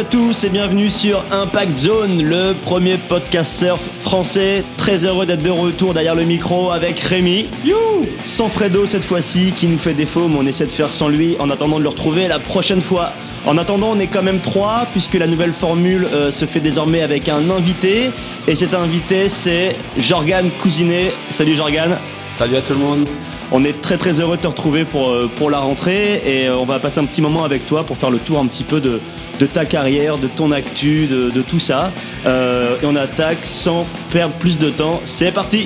à tous et bienvenue sur Impact Zone, le premier podcast surf français. Très heureux d'être de retour derrière le micro avec Rémi. Sans Fredo cette fois-ci qui nous fait défaut, mais on essaie de faire sans lui en attendant de le retrouver la prochaine fois. En attendant, on est quand même 3 puisque la nouvelle formule se fait désormais avec un invité. Et cet invité, c'est Jorgan Cousinet. Salut Jorgan. Salut à tout le monde. On est très très heureux de te retrouver pour la rentrée et on va passer un petit moment avec toi pour faire le tour un petit peu de ta carrière, de ton actu, de tout ça. Et on attaque sans perdre plus de temps. C'est parti!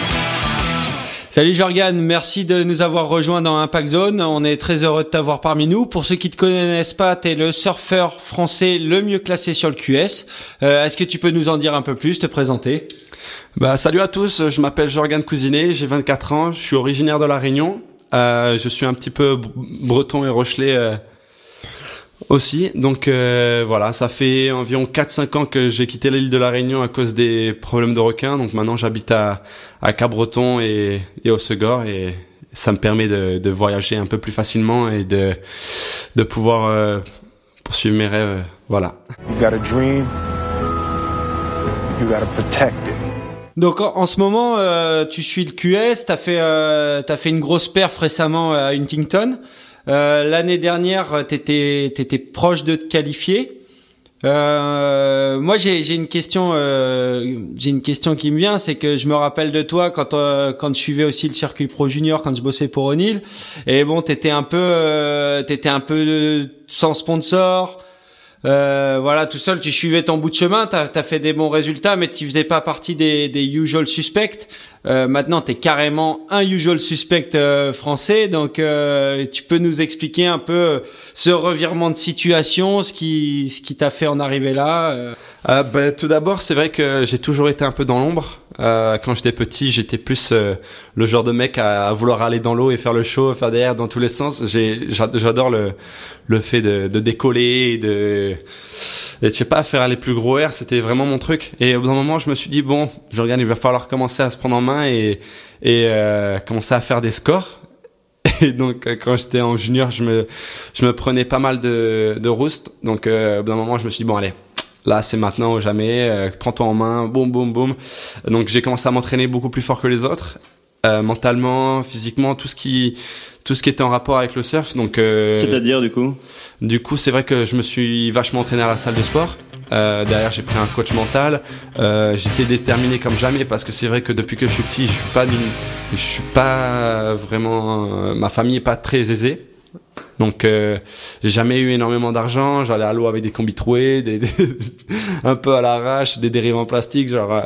Salut Jorgan, merci de nous avoir rejoints dans Impact Zone. On est très heureux de t'avoir parmi nous. Pour ceux qui te connaissent pas, t'es le surfeur français le mieux classé sur le QS. Est-ce que tu peux nous en dire un peu plus, te présenter? Salut à tous, je m'appelle Jorgan Cousinet, j'ai 24 ans, je suis originaire de La Réunion. Je suis un petit peu breton et rochelais aussi. Donc voilà, ça fait environ 4-5 ans que j'ai quitté l'île de La Réunion à cause des problèmes de requins. Donc maintenant j'habite à Cap-Breton et au Segor et ça me permet de voyager un peu plus facilement et de pouvoir poursuivre mes rêves. Voilà. You got a dream, you gotta protect it. Donc en ce moment, tu suis le QS, t'as fait une grosse perf récemment à Huntington. L'année dernière, t'étais proche de te qualifier. Moi, j'ai une question qui me vient, c'est que je me rappelle de toi quand je suivais aussi le circuit pro junior, quand je bossais pour O'Neill. Et bon, t'étais un peu sans sponsor. Voilà, tout seul, tu suivais ton bout de chemin, t'as fait des bons résultats, mais tu faisais pas partie des usual suspects. Maintenant, t'es carrément un usual suspect français, donc tu peux nous expliquer un peu ce revirement de situation, ce qui t'a fait en arriver là. Tout d'abord, c'est vrai que j'ai toujours été un peu dans l'ombre. Quand j'étais petit, j'étais plus le genre de mec à vouloir aller dans l'eau et faire le show, faire des airs dans tous les sens. J'adore le fait de décoller et je sais pas, faire les plus gros airs, c'était vraiment mon truc. Et au bout d'un moment, je me suis dit bon, Jorgan, il va falloir commencer à se prendre en main et commencer à faire des scores. Et donc quand j'étais en junior, je me prenais pas mal de roost. Donc au bout d'un moment, je me suis dit bon allez, là c'est maintenant ou jamais, prends-toi en main, boum boum boum. Donc j'ai commencé à m'entraîner beaucoup plus fort que les autres, mentalement, physiquement, tout ce qui était en rapport avec le surf. Donc c'est-à-dire du coup c'est vrai que je me suis vachement entraîné à la salle de sport. Derrière j'ai pris un coach mental. J'étais déterminé comme jamais parce que c'est vrai que depuis que je suis petit, je suis pas vraiment, ma famille est pas très aisée. Donc j'ai jamais eu énormément d'argent, j'allais à l'eau avec des combis troués, un peu à l'arrache, des dérives en plastique, genre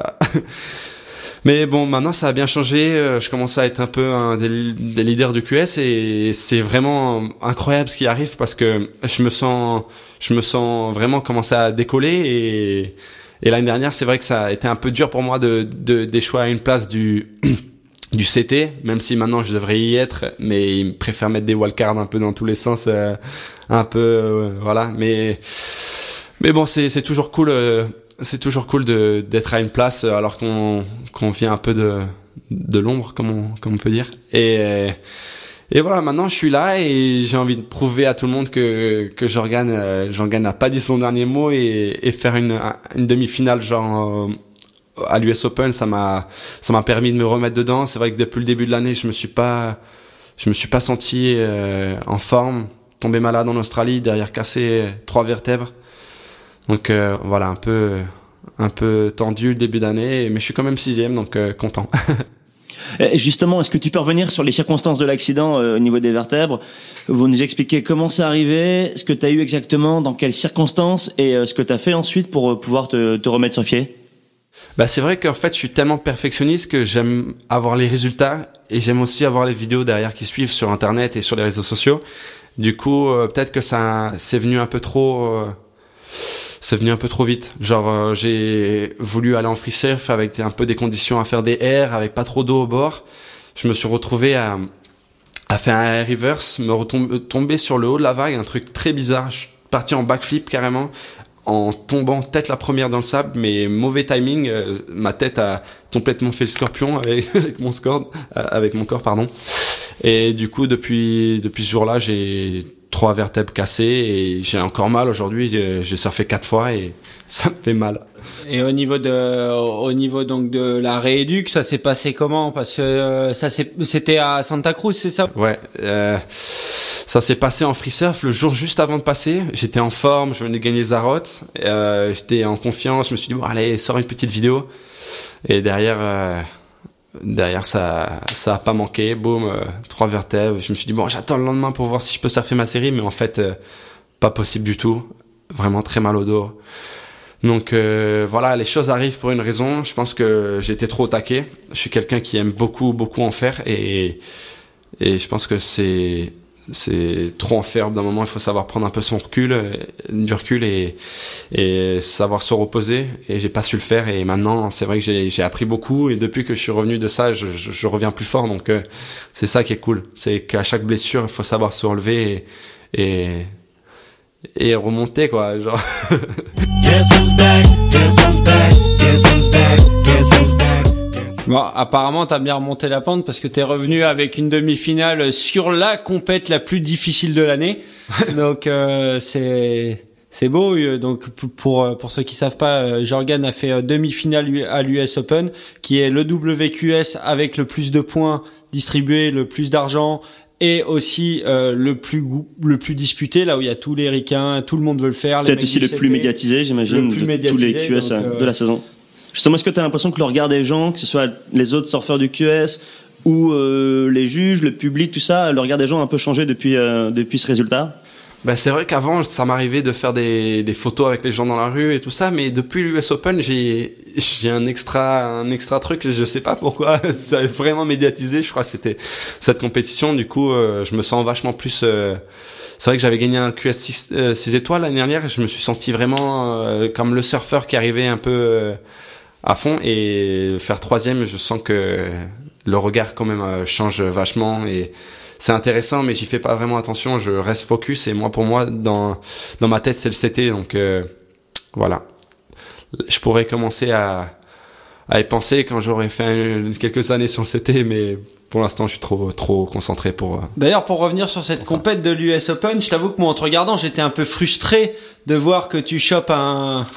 mais bon, maintenant ça a bien changé, je commence à être un peu un des leaders du QS et c'est vraiment incroyable ce qui arrive parce que je me sens vraiment commencer à décoller et l'année dernière, c'est vrai que ça a été un peu dur pour moi d'échouer à une place du CT, même si maintenant je devrais y être, mais ils préfèrent mettre des wildcards un peu dans tous les sens, un peu voilà, mais bon, c'est toujours cool. C'est toujours cool d'être à une place alors qu'on vient un peu de l'ombre, comme on peut dire. Et voilà, maintenant je suis là et j'ai envie de prouver à tout le monde que Jorgan n'a pas dit son dernier mot et faire une demi-finale genre à l'US Open, ça m'a permis de me remettre dedans. C'est vrai que depuis le début de l'année, je me suis pas senti en forme, tombé malade en Australie, derrière cassé 3 vertèbres. Donc voilà, un peu tendu le début d'année, mais je suis quand même 6e, donc content. Justement, est-ce que tu peux revenir sur les circonstances de l'accident au niveau des vertèbres? Vous nous expliquez comment c'est arrivé, ce que tu as eu exactement, dans quelles circonstances, et ce que tu as fait ensuite pour pouvoir te remettre sur pied? C'est vrai qu'en fait, je suis tellement perfectionniste que j'aime avoir les résultats et j'aime aussi avoir les vidéos derrière qui suivent sur Internet et sur les réseaux sociaux. Du coup, peut-être que c'est venu un peu trop... c'est venu un peu trop vite. Genre, j'ai voulu aller en free surf avec un peu des conditions à faire des airs, avec pas trop d'eau au bord. Je me suis retrouvé à faire un air reverse, tomber sur le haut de la vague, un truc très bizarre. Je suis parti en backflip carrément, en tombant tête la première dans le sable, mais mauvais timing. Ma tête a complètement fait le scorpion avec mon corps, pardon. Et du coup, depuis ce jour-là, j'ai 3 vertèbres cassées et j'ai encore mal aujourd'hui. J'ai surfé 4 fois et ça me fait mal. Et au niveau donc de la rééduque, ça s'est passé comment? Parce que c'était à Santa Cruz, c'est ça? Ouais, ça s'est passé en free surf le jour juste avant de passer. J'étais en forme, je venais de gagner Zarot, j'étais en confiance. Je me suis dit bon allez, sors une petite vidéo. Et derrière ça a pas manqué. Boum, 3 vertèbres. Je me suis dit bon, j'attends le lendemain pour voir si je peux surfer ma série, mais en fait pas possible du tout. Vraiment très mal au dos. Donc voilà, les choses arrivent pour une raison. Je pense que j'étais trop au taquet. Je suis quelqu'un qui aime beaucoup en faire et je pense que c'est trop en faire. D'un moment, il faut savoir prendre un peu du recul et savoir se reposer. Et j'ai pas su le faire. Et maintenant, c'est vrai que j'ai appris beaucoup. Et depuis que je suis revenu de ça, je reviens plus fort. Donc c'est ça qui est cool. C'est qu'à chaque blessure, il faut savoir se relever et remonter quoi, genre. Bon, apparemment t'as bien remonté la pente parce que t'es revenu avec une demi-finale sur la compète la plus difficile de l'année. Donc c'est beau. Donc pour ceux qui savent pas, Jorgen a fait demi-finale à l'US Open, qui est le WQS avec le plus de points distribués, le plus d'argent. Et aussi le plus disputé, là où il y a tous les ricains, tout le monde veut le faire. Peut-être aussi le plus médiatisé, j'imagine, tous les QS de la saison. Justement, est-ce que tu as l'impression que le regard des gens, que ce soit les autres surfeurs du QS ou les juges, le public, tout ça, le regard des gens a un peu changé depuis ce résultat? Ben c'est vrai qu'avant ça m'arrivait de faire des photos avec les gens dans la rue et tout ça, mais depuis l'US Open j'ai un extra truc, je sais pas pourquoi, ça a vraiment médiatisé. Je crois que c'était cette compétition, du coup je me sens vachement plus c'est vrai que j'avais gagné un QS 6 étoiles l'année dernière et je me suis senti vraiment comme le surfeur qui arrivait un peu à fond, et faire 3e, je sens que le regard quand même change vachement et c'est intéressant, mais j'y fais pas vraiment attention. Je reste focus et pour moi, dans ma tête, c'est le CT. Donc voilà, je pourrais commencer à y penser quand j'aurai fait quelques années sur le CT, mais pour l'instant, je suis trop concentré pour. D'ailleurs, pour revenir sur cette compète de l'US Open, je t'avoue que moi, en te regardant, j'étais un peu frustré de voir que tu chopes un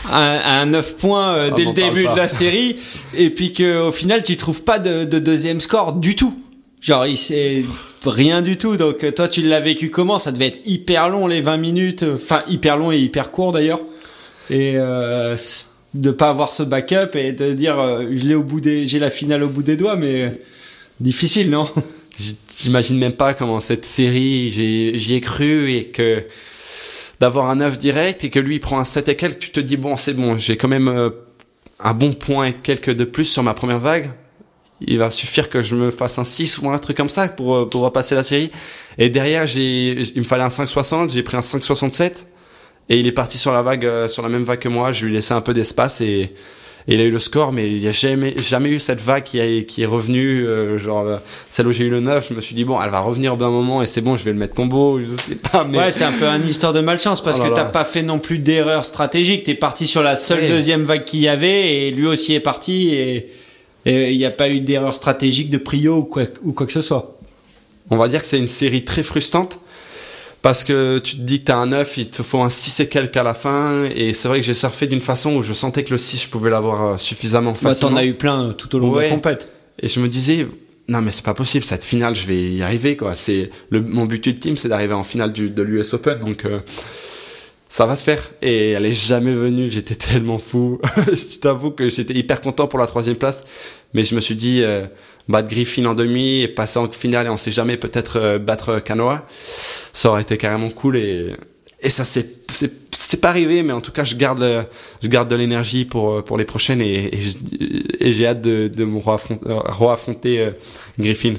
9 points dès le début de la série, et puis que au final, tu trouves pas de deuxième score du tout. Genre, c'est rien du tout. Donc, toi, tu l'as vécu comment? Ça devait être hyper long, les 20 minutes. Enfin, hyper long et hyper court, d'ailleurs. Et de pas avoir ce backup et de dire, j'ai la finale au bout des doigts, mais difficile, non? J'imagine même pas comment cette série, j'y ai cru, et que d'avoir un 9 direct et que lui, il prend un 7 et quelques, tu te dis, bon, c'est bon, j'ai quand même un bon point et quelques de plus sur ma première vague. Il va suffire que je me fasse un 6 ou un truc comme ça pour repasser la série. Et derrière, il me fallait un 5,60, j'ai pris un 5,67 et il est parti sur la même vague que moi. Je lui ai laissé un peu d'espace et il a eu le score, mais il y a jamais eu cette vague qui est revenue, celle où j'ai eu le 9. Je me suis dit bon, elle va revenir au bon moment et c'est bon, je vais le mettre combo, je sais pas, mais. Ouais, c'est un peu une histoire de malchance parce que t'as pas fait non plus d'erreur stratégique. T'es parti sur la seule deuxième vague qu'il y avait et lui aussi est parti et il n'y a pas eu d'erreur stratégique de prio ou quoi que ce soit. On va dire que c'est une série très frustrante parce que tu te dis que t'as un 9, il te faut un 6 et quelques à la fin, et c'est vrai que j'ai surfé d'une façon où je sentais que le 6 je pouvais l'avoir suffisamment facilement. T'en as eu plein tout au long de la compète. Et je me disais non mais c'est pas possible, cette finale je vais y arriver quoi. Mon but ultime, c'est d'arriver en finale de l'US Open, donc ça va se faire. Et elle est jamais venue, j'étais tellement fou. Je t'avoue que j'étais hyper content pour la 3e place, mais je me suis dit battre Griffin en demi et passer en finale, et on sait jamais, peut-être battre Kanoa, ça aurait été carrément cool. Et ça c'est pas arrivé, mais en tout cas je garde de l'énergie pour les prochaines, et j'ai hâte de me re-affronter Griffin.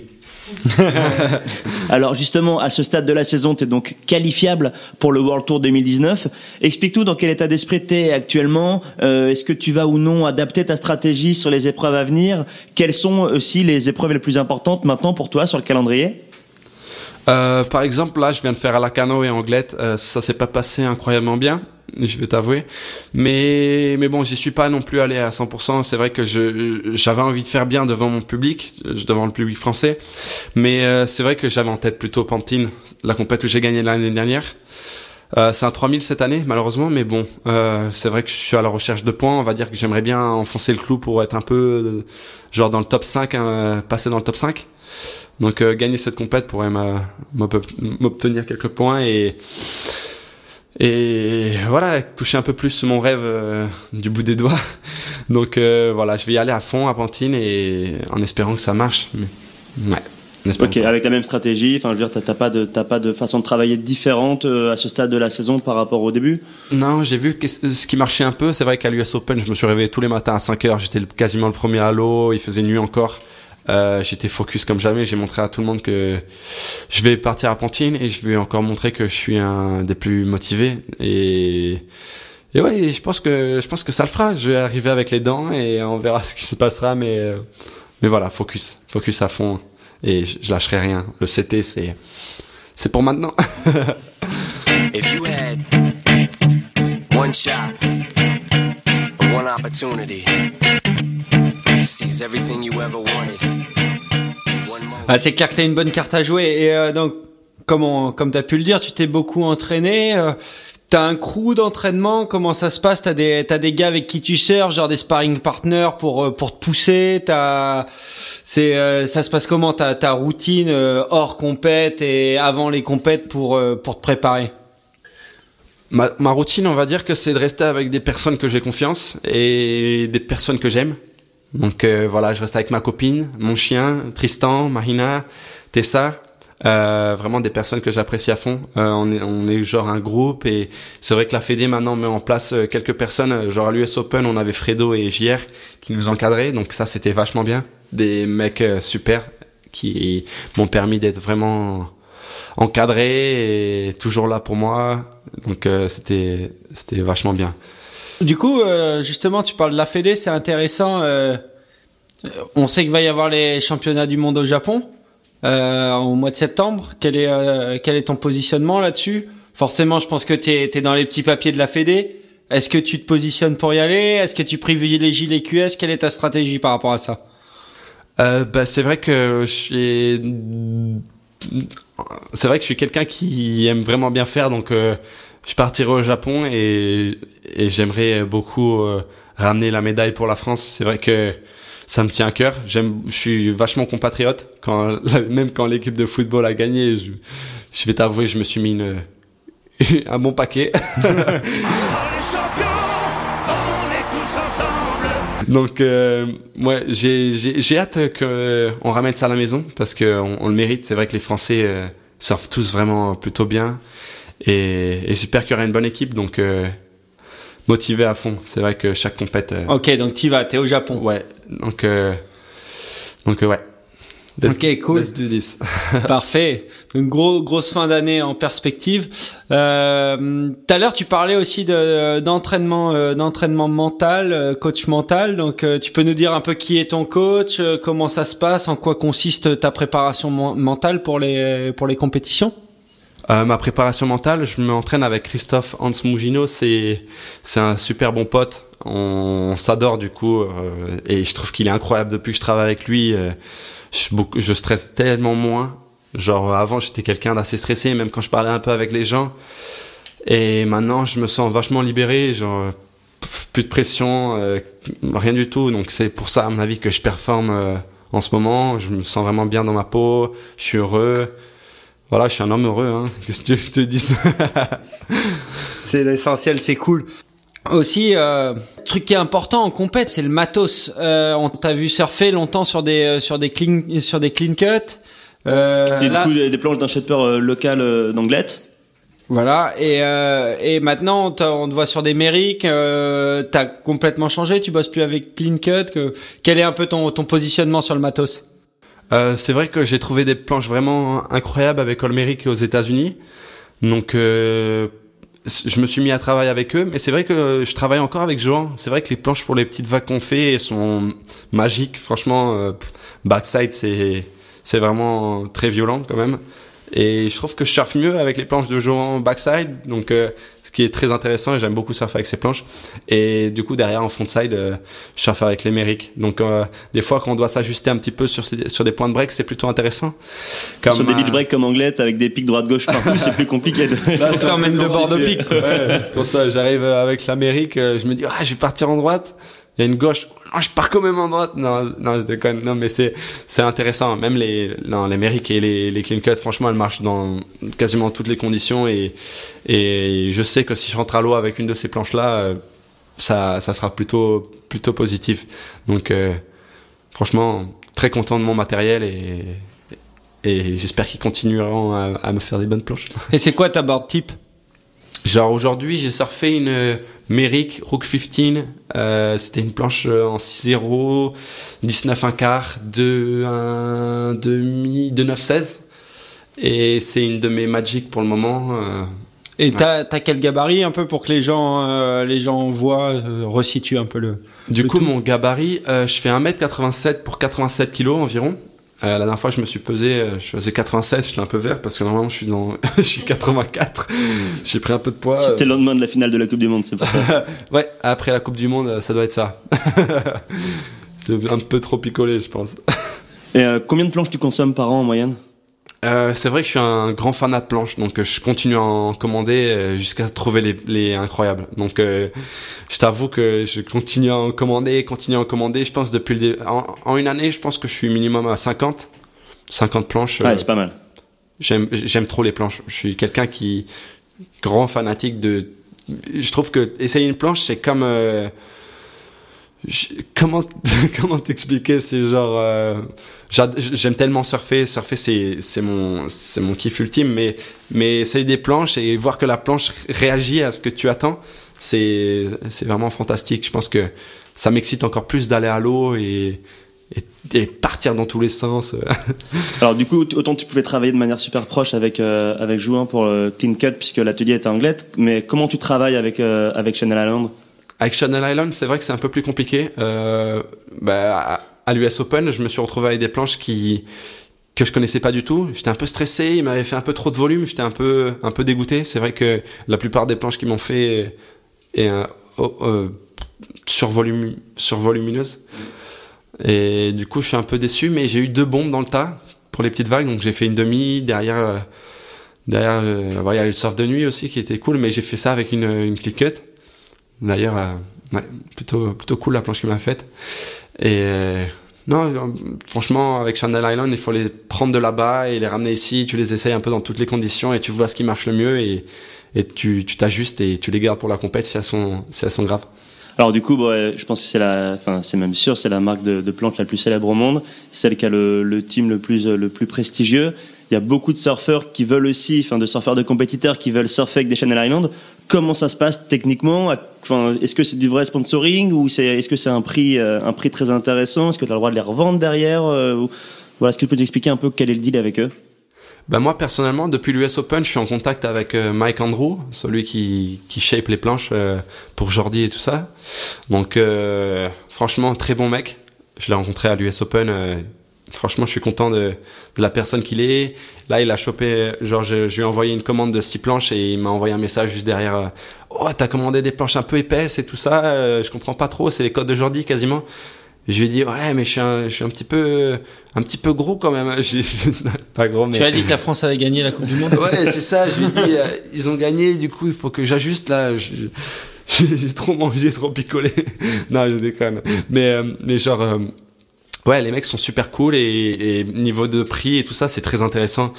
Alors justement, à ce stade de la saison, tu es donc qualifiable pour le World Tour 2019. Explique-nous dans quel état d'esprit tu es actuellement. Est-ce que tu vas ou non adapter ta stratégie sur les épreuves à venir? Quelles sont aussi les épreuves les plus importantes maintenant pour toi sur le calendrier? Par exemple, là, je viens de faire à la Cano et Anglette. Ça s'est pas passé incroyablement bien, je vais t'avouer. Mais bon, j'y suis pas non plus allé à 100%. C'est vrai que j'avais envie de faire bien devant mon public, devant le public français. Mais c'est vrai que j'avais en tête plutôt Pantine, la compète où j'ai gagné l'année dernière. C'est un 3000 cette année, malheureusement. Mais bon, c'est vrai que je suis à la recherche de points. On va dire que j'aimerais bien enfoncer le clou pour être un peu, genre dans le top 5, passer dans le top 5. Donc gagner cette compète pourrait m'obtenir quelques points et voilà, toucher un peu plus mon rêve du bout des doigts. Donc voilà, je vais y aller à fond à Pantine et en espérant que ça marche. Mais, ouais. Ok, avec la même stratégie. Enfin, je veux dire, t'as pas de façon de travailler différente à ce stade de la saison par rapport au début. Non, j'ai vu que ce qui marchait un peu. C'est vrai qu'à l'US Open, je me suis réveillé tous les matins à 5h. J'étais quasiment le premier à l'eau. Il faisait nuit encore. J'étais focus comme jamais. J'ai montré à tout le monde que je vais partir à Pantine et je vais encore montrer que je suis un des plus motivés. Et ouais, je pense que ça le fera. Je vais arriver avec les dents et on verra ce qui se passera. Mais voilà, focus à fond. Et je lâcherai rien. Le CT, c'est pour maintenant. If you had one shot, one opportunity to seize everything you ever wanted. C'est clair que t'as une bonne carte à jouer et donc comme t'as pu le dire, tu t'es beaucoup entraîné. T'as un crew d'entraînement, comment ça se passe? T'as des gars avec qui tu surfes, genre des sparring partners pour te pousser. Ça se passe comment ta routine hors compète et avant les compètes pour te préparer? Ma routine, on va dire que c'est de rester avec des personnes que j'ai confiance et des personnes que j'aime. Donc voilà, je reste avec ma copine, mon chien, Tristan, Marina, Tessa. Vraiment des personnes que j'apprécie à fond. On est genre un groupe et c'est vrai que la Fédé maintenant met en place quelques personnes. Genre à l'US Open, on avait Fredo et JR qui nous encadraient, donc ça c'était vachement bien. Des mecs super qui m'ont permis d'être vraiment encadré et toujours là pour moi. Donc c'était vachement bien. Du coup, justement, tu parles de la Fédé, c'est intéressant. On sait qu'il va y avoir les championnats du monde au Japon. Au mois de septembre, quel est ton positionnement là-dessus? Forcément, je pense que t'es dans les petits papiers de la Fédé. Est-ce que tu te positionnes pour y aller? Est-ce que tu privilégies les QS? Quelle est ta stratégie par rapport à ça? C'est vrai que je suis quelqu'un qui aime vraiment bien faire, donc je partirai au Japon et j'aimerais beaucoup ramener la médaille pour la France. C'est vrai que ça me tient à cœur. Je suis vachement compatriote. Même quand l'équipe de football a gagné, je vais t'avouer, je me suis mis un bon paquet. Donc, ouais, j'ai hâte qu'on ramène ça à la maison parce que on le mérite. C'est vrai que les Français surfent tous vraiment plutôt bien et j'espère qu'il y aura une bonne équipe. Donc, motivé à fond. C'est vrai que chaque compète. Ok, donc t'es au Japon. Ouais. Donc ouais. Ok, cool. Let's do this. Parfait. Une grosse fin d'année en perspective. Tout à l'heure, tu parlais aussi d'entraînement mental, coach mental. Donc, tu peux nous dire un peu qui est ton coach, comment ça se passe, en quoi consiste ta préparation mentale pour les compétitions? Ma préparation mentale, je m'entraîne avec Christophe Hans Mugino. C'est un super bon pote. On s'adore du coup et je trouve qu'il est incroyable depuis que je travaille avec lui. Je stresse tellement moins. Genre avant j'étais quelqu'un d'assez stressé même quand je parlais un peu avec les gens et maintenant je me sens vachement libéré, genre plus de pression, rien du tout. Donc c'est pour ça à mon avis que je performe en ce moment. Je me sens vraiment bien dans ma peau, je suis heureux. Voilà, je suis un homme heureux, hein. Qu'est-ce que je te dis? C'est l'essentiel, c'est cool. Aussi, truc qui est important en compète, c'est le matos. On t'a vu surfer longtemps sur des clean cuts. C'était des planches d'un shaper local d'Anglette. Voilà, et maintenant on te voit sur des Merrick. T'as complètement changé, tu bosses plus avec clean cut. Quel est un peu ton positionnement sur le matos? C'est vrai que j'ai trouvé des planches vraiment incroyables avec Olmeric aux États-Unis. Donc je me suis mis à travailler avec eux, mais c'est vrai que je travaille encore avec Johan. C'est vrai que les planches pour les petites vagues qu'on fait sont magiques. Franchement, backside c'est vraiment très violent quand même. Et je trouve que je surfe mieux avec les planches de Johan backside, donc ce qui est très intéressant, et j'aime beaucoup surfer avec ces planches. Et du coup derrière en frontside, je surfe avec les Merrick. Donc des fois quand on doit s'ajuster un petit peu sur des points de break, c'est plutôt intéressant. Comme, sur des beach breaks comme Anglette avec des pics droite-gauche partout, c'est plus compliqué. Là, ça emmène de bord de pic. Ouais, c'est pour ça j'arrive avec l'Amérique, je me dis je vais partir en droite. Il y a une gauche, non, je pars quand même en droite. Non, je déconne. Non, mais c'est intéressant. Même les Merrick et les clean cut, franchement, elles marchent dans quasiment toutes les conditions, et je sais que si je rentre à l'eau avec une de ces planches-là, ça sera plutôt positif. Donc, franchement, très content de mon matériel, et j'espère qu'ils continueront à me faire des bonnes planches. Et c'est quoi ta board type? Genre aujourd'hui, j'ai surfé une Merrick Rook 15. C'était une planche en 6-0, 19 un quart, 2 1 demi, 2 9 16. Et c'est une de mes Magic pour le moment. Et t'as quel gabarit un peu pour que les gens voient, resituent un peu le. Du coup, mon gabarit, je fais 1m87 pour 87 kilos environ. La dernière fois, je me suis pesé, je faisais 87, j'étais un peu vert parce que normalement, je suis 84. J'ai pris un peu de poids. C'était le lendemain de la finale de la Coupe du Monde, c'est pour ça. Ouais, après la Coupe du Monde, ça doit être ça. C'est un peu trop picolé, je pense. Et combien de planches tu consommes par an en moyenne? C'est vrai que je suis un grand fanat de planches, donc je continue à en commander jusqu'à trouver les incroyables. Donc je t'avoue que je continue à en commander. Je pense depuis en une année, je pense que je suis minimum à 50 planches. Ouais, c'est pas mal. J'aime trop les planches. Je suis quelqu'un qui grand fanatique de. Je trouve que essayer une planche, c'est comme comment t'expliquer, c'est genre j'aime tellement surfer c'est mon kiff ultime, mais essayer des planches et voir que la planche réagit à ce que tu attends, c'est vraiment fantastique. Je pense que ça m'excite encore plus d'aller à l'eau et partir dans tous les sens. Alors du coup, autant tu pouvais travailler de manière super proche avec Jouin pour le Clean Cut puisque l'atelier est à Anglette, mais comment tu travailles avec Channel Island? Avec Channel Island, c'est vrai que c'est un peu plus compliqué. À l'US Open, je me suis retrouvé avec des planches que je connaissais pas du tout. J'étais un peu stressé, il m'avait fait un peu trop de volume, j'étais un peu dégoûté. C'est vrai que la plupart des planches qu'ils m'ont fait est survolumineuses. Et du coup, je suis un peu déçu, mais j'ai eu 2 bombes dans le tas pour les petites vagues, donc j'ai fait une demi derrière. Il y a le surf de nuit aussi qui était cool, mais j'ai fait ça avec une click cut. D'ailleurs, plutôt cool la planche qu'il m'a faite. Et non, franchement, avec Channel Island, il faut les prendre de là-bas et les ramener ici. Tu les essayes un peu dans toutes les conditions et tu vois ce qui marche le mieux et tu t'ajustes et tu les gardes pour la compète si elles sont graves. Alors du coup, je pense que c'est même sûr, c'est la marque de planche la plus célèbre au monde, celle qui a le team le plus prestigieux. Il y a beaucoup de surfeurs qui veulent aussi, de surfeurs de compétiteurs qui veulent surfer avec des Channel Island. Comment ça se passe techniquement? Est-ce que c'est du vrai sponsoring ou est-ce que c'est un prix très intéressant? Est-ce que tu as le droit de les revendre derrière? Voilà, est-ce que tu peux t'expliquer un peu quel est le deal avec eux? Moi personnellement, depuis l'US Open, je suis en contact avec Mike Andrew, celui qui shape les planches pour Jordi et tout ça. Donc franchement, très bon mec. Je l'ai rencontré à l'US Open. Franchement, je suis content de la personne qu'il est. Là, il a chopé, genre, je lui ai envoyé une commande de 6 planches et il m'a envoyé un message juste derrière. Oh, t'as commandé des planches un peu épaisses et tout ça. Je comprends pas trop. C'est les codes de Jordi quasiment. Je lui ai dit ouais, mais je suis un petit peu gros quand même. Pas gros, mais. Tu as dit que la France avait gagné la Coupe du Monde. Ouais, c'est ça. Je lui ai dit ils ont gagné. Du coup, il faut que j'ajuste là. J'ai trop mangé, trop picolé. Non, je déconne. Mais genre. Ouais, les mecs sont super cool et niveau de prix et tout ça, c'est très intéressant.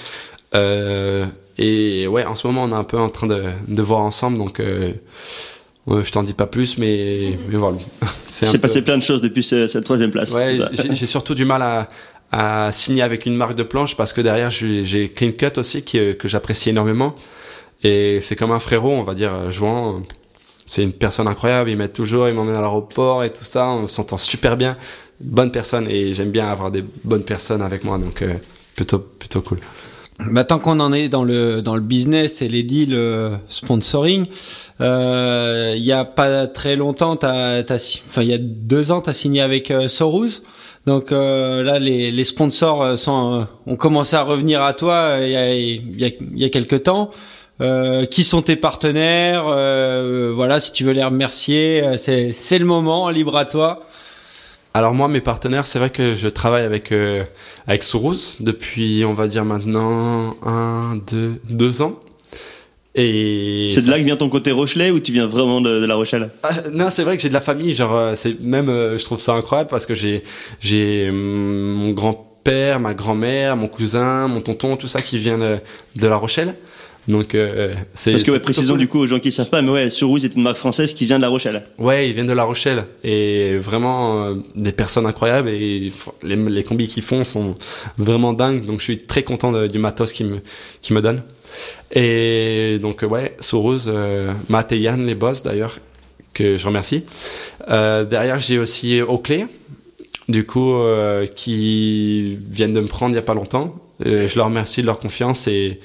Et ouais, en ce moment, on est un peu en train de voir ensemble, donc je t'en dis pas plus, mais voilà. C'est passé plein de choses depuis cette 3e place. Ouais, j'ai surtout du mal à signer avec une marque de planche parce que derrière, j'ai Clean Cut aussi que j'apprécie énormément. Et c'est comme un frérot, on va dire, Jouan. C'est une personne incroyable, il m'aide toujours, il m'emmène à l'aéroport et tout ça, on s'entend super bien. Bonne personne et j'aime bien avoir des bonnes personnes avec moi, donc plutôt cool. Bah, tant qu'on en est dans le business et les deals sponsoring, il y a pas très longtemps, il y a 2 ans, t'as signé avec Soros. Donc là, les sponsors ont commencé à revenir à toi il y a quelques temps. Qui sont tes partenaires? Voilà, si tu veux les remercier, c'est le moment, libre à toi. Alors moi, mes partenaires, c'est vrai que je travaille avec Soros depuis, on va dire maintenant 2 ans. Et c'est de là que vient ton côté Rochelais ou tu viens vraiment de La Rochelle? Non, c'est vrai que j'ai de la famille, genre c'est même je trouve ça incroyable parce que j'ai mon grand-père, ma grand-mère, mon cousin, mon tonton, tout ça qui vient de La Rochelle. Donc c'est parce que c'est précisons cool. du coup aux gens qui savent pas, mais ouais, Soros est une marque française qui vient de La Rochelle. Ouais, ils viennent de La Rochelle et vraiment des personnes incroyables et les combis qu'ils font sont vraiment dingues. Donc je suis très content du matos qu'ils me donnent. Et donc ouais, Soros, Matt et Yann, les boss d'ailleurs, que je remercie. Derrière j'ai aussi Oakley, du coup qui viennent de me prendre il y a pas longtemps. Je leur remercie de leur confiance et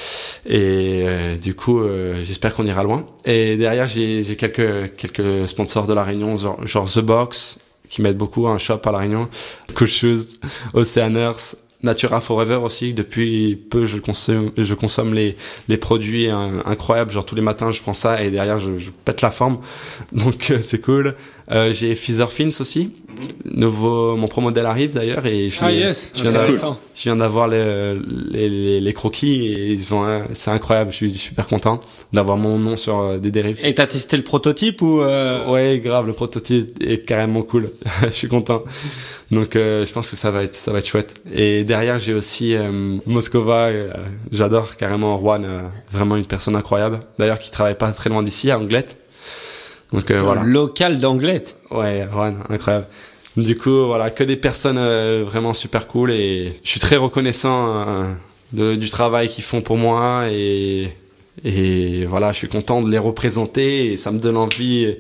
du coup j'espère qu'on ira loin. Et derrière j'ai quelques sponsors de la Réunion, genre The Box qui m'aident beaucoup, un shop à la Réunion, Cool Shoes, Oceaners, Natura Forever aussi. Depuis peu je consomme les produits incroyables, genre tous les matins je prends ça et derrière je pète la forme, donc c'est cool. J'ai Feather Fins aussi, mon pro modèle arrive d'ailleurs et je viens d'avoir les croquis et c'est incroyable, je suis super content d'avoir mon nom sur des dérives. Et t'as testé le prototype ou Ouais, grave, le prototype est carrément cool. Je suis content. Donc je pense que ça va être chouette. Et derrière j'ai aussi Moscova, j'adore carrément Juan, vraiment une personne incroyable. D'ailleurs qui travaille pas très loin d'ici à Anglette. Donc voilà. Local d'Anglette. Ouais, Juan, incroyable. Du coup voilà, que des personnes vraiment super cool et je suis très reconnaissant du travail qu'ils font pour moi et voilà, je suis content de les représenter et ça me donne envie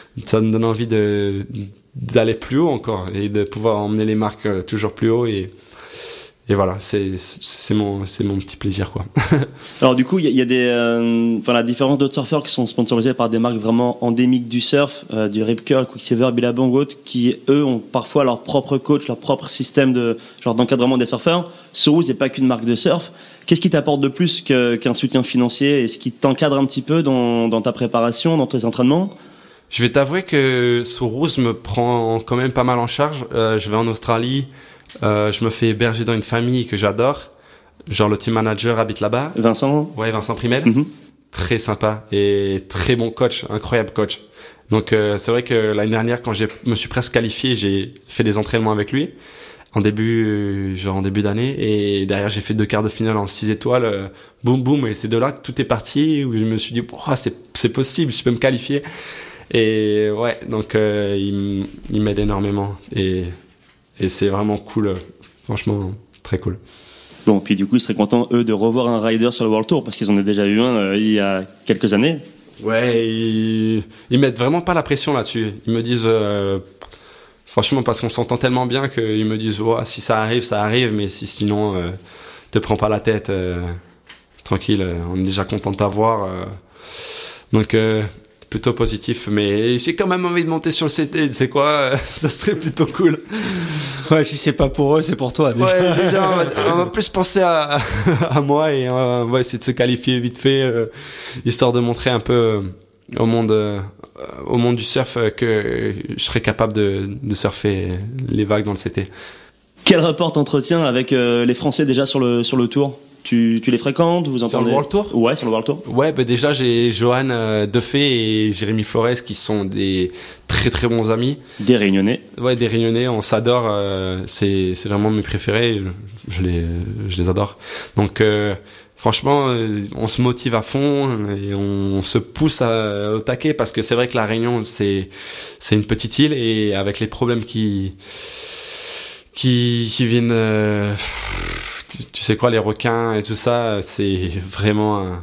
d'aller plus haut encore et de pouvoir emmener les marques toujours plus haut et voilà, c'est mon petit plaisir quoi. Alors du coup, il y a des la différence d'autres surfeurs qui sont sponsorisés par des marques vraiment endémiques du surf, du Rip Curl, Quicksilver, Billabong ou autres, qui eux ont parfois leur propre coach, leur propre système d'encadrement des surfeurs. Soros n'est pas qu'une marque de surf. Qu'est-ce qui t'apporte de plus qu'un soutien financier? Est-ce qui t'encadre un petit peu dans ta préparation, dans tes entraînements? Je vais t'avouer que Soros me prend quand même pas mal en charge. Je vais en Australie, je me fais héberger dans une famille que j'adore. Genre le team manager habite là-bas. Vincent? Ouais, Vincent Primel. Très sympa et très bon coach, incroyable coach. Donc c'est vrai que l'année dernière quand je me suis presque qualifié, j'ai fait des entraînements avec lui en début d'année et derrière j'ai fait 2 quarts de finale en 6 étoiles, boum boum, et c'est de là que tout est parti où je me suis dit c'est possible, je peux me qualifier. Et ouais, donc il m'aide énormément et c'est vraiment cool, franchement très cool. Bon, puis du coup, ils seraient contents, eux, de revoir un rider sur le World Tour, parce qu'ils en ont déjà eu un il y a quelques années. Ouais, ils mettent vraiment pas la pression là-dessus. Ils me disent, franchement, parce qu'on s'entend tellement bien qu'ils me disent, si ça arrive, mais sinon, te prends pas la tête, tranquille, on est déjà content de t'avoir. Donc, plutôt positif, mais j'ai quand même envie de monter sur le CT, tu sais quoi, ça serait plutôt cool. Ouais, si c'est pas pour eux, c'est pour toi. Déjà. Ouais, déjà, on va plus penser à moi et on va essayer de se qualifier vite fait, histoire de montrer un peu au monde du surf que je serais capable de surfer les vagues dans le CT. Quel rapport t'entretiens avec les Français déjà sur le tour? Tu les fréquentes, vous entendez? Sur le World Tour? Ouais, sur le World Tour. Ouais, déjà j'ai Johan Defay et Jérémy Flores qui sont des très très bons amis. Des Réunionnais. Ouais, des Réunionnais, on s'adore, c'est vraiment mes préférés, je les adore. Donc franchement, on se motive à fond et on se pousse au taquet parce que c'est vrai que la Réunion c'est une petite île et avec les problèmes qui viennent tu sais quoi, les requins et tout ça, c'est vraiment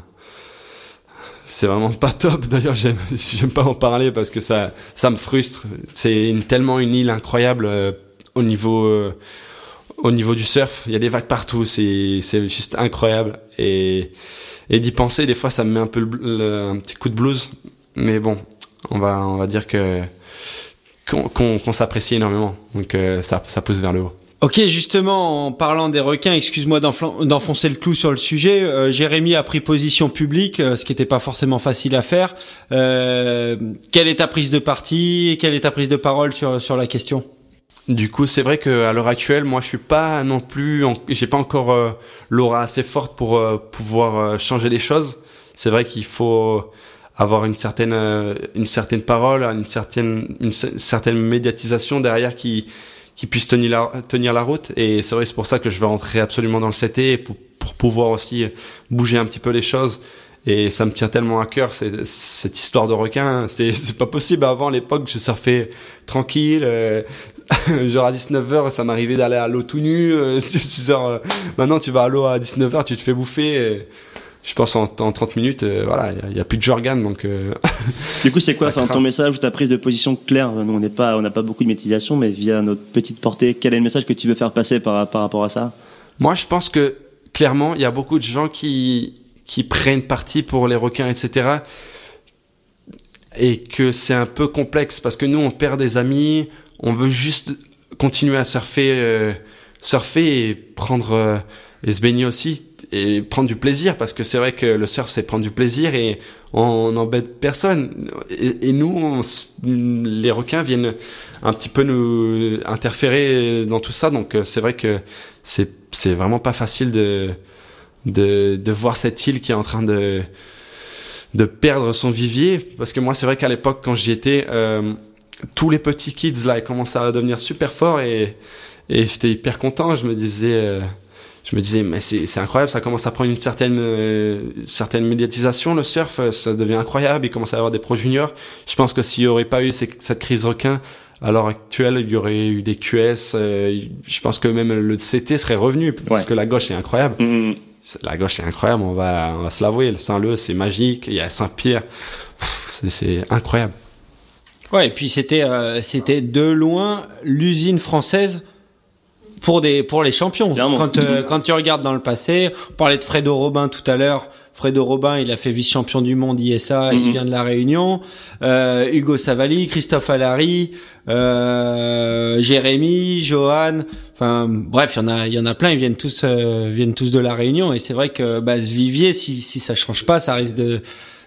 pas top. D'ailleurs, j'aime pas en parler parce que ça me frustre. C'est tellement une île incroyable au niveau au niveau du surf, il y a des vagues partout, c'est juste incroyable. Et d'y penser, des fois, ça me met un peu un petit coup de blues. Mais bon, on va dire qu'on s'apprécie énormément. Donc ça pousse vers le haut. Ok, justement, en parlant des requins, excuse-moi d'enfoncer le clou sur le sujet. Jérémy a pris position publique, ce qui n'était pas forcément facile à faire. Quelle est ta prise de parti? Quelle est ta prise de parole sur la question? Du coup, c'est vrai que à l'heure actuelle, moi, je suis pas non plus, j'ai pas encore l'aura assez forte pour pouvoir changer les choses. C'est vrai qu'il faut avoir une certaine parole, une certaine médiatisation derrière qui puisse tenir la route. Et c'est vrai, c'est pour ça que je vais rentrer absolument dans le CT pour pouvoir aussi bouger un petit peu les choses. Et ça me tient tellement à cœur, cette histoire de requin. C'est pas possible. Avant, à l'époque, je surfais tranquille, genre à 19h, ça m'arrivait d'aller à l'eau tout nu. Genre, maintenant, tu vas à l'eau à 19h, tu te fais bouffer. Je pense en 30 minutes, voilà, il y a plus de Jorgan, donc. Du coup, c'est quoi, ton message ou ta prise de position claire? Nous, on n'a pas beaucoup de médiatisation, mais via notre petite portée, quel est le message que tu veux faire passer par rapport à ça? Moi, je pense que clairement, il y a beaucoup de gens qui prennent parti pour les requins, etc. Et que c'est un peu complexe parce que nous, on perd des amis, on veut juste continuer à surfer et prendre et se baigner aussi et prendre du plaisir, parce que c'est vrai que le surf, c'est prendre du plaisir et on n'embête personne. Et nous, les requins viennent un petit peu nous interférer dans tout ça, donc c'est vrai que c'est vraiment pas facile de voir cette île qui est en train de perdre son vivier, parce que moi, c'est vrai qu'à l'époque, quand j'y étais, tous les petits kids là, ils commençaient à devenir super forts et j'étais hyper content. Je me disais mais c'est incroyable, ça commence à prendre une certaine médiatisation, le surf, ça devient incroyable, il commence à y avoir des pros juniors. Je pense que s'il y aurait pas eu cette crise requin, à l'heure actuelle, il y aurait eu des QS, je pense que même le CT serait revenu, parce que la gauche est incroyable. La gauche est incroyable, on va se l'avouer, le Saint-Leu, c'est magique, il y a Saint-Pierre, c'est incroyable. Ouais, et puis c'était de loin l'usine française pour les champions. Quand tu regardes dans le passé, on parlait de Fredo Robin tout à l'heure. Fredo Robin, il a fait vice-champion du monde ISA, il vient de la Réunion. Hugo Savali, Christophe Allary, Jérémy, Johan. Enfin, bref, il y en a plein. Ils viennent tous de la Réunion. Et c'est vrai que ce vivier, si ça change pas, ça risque de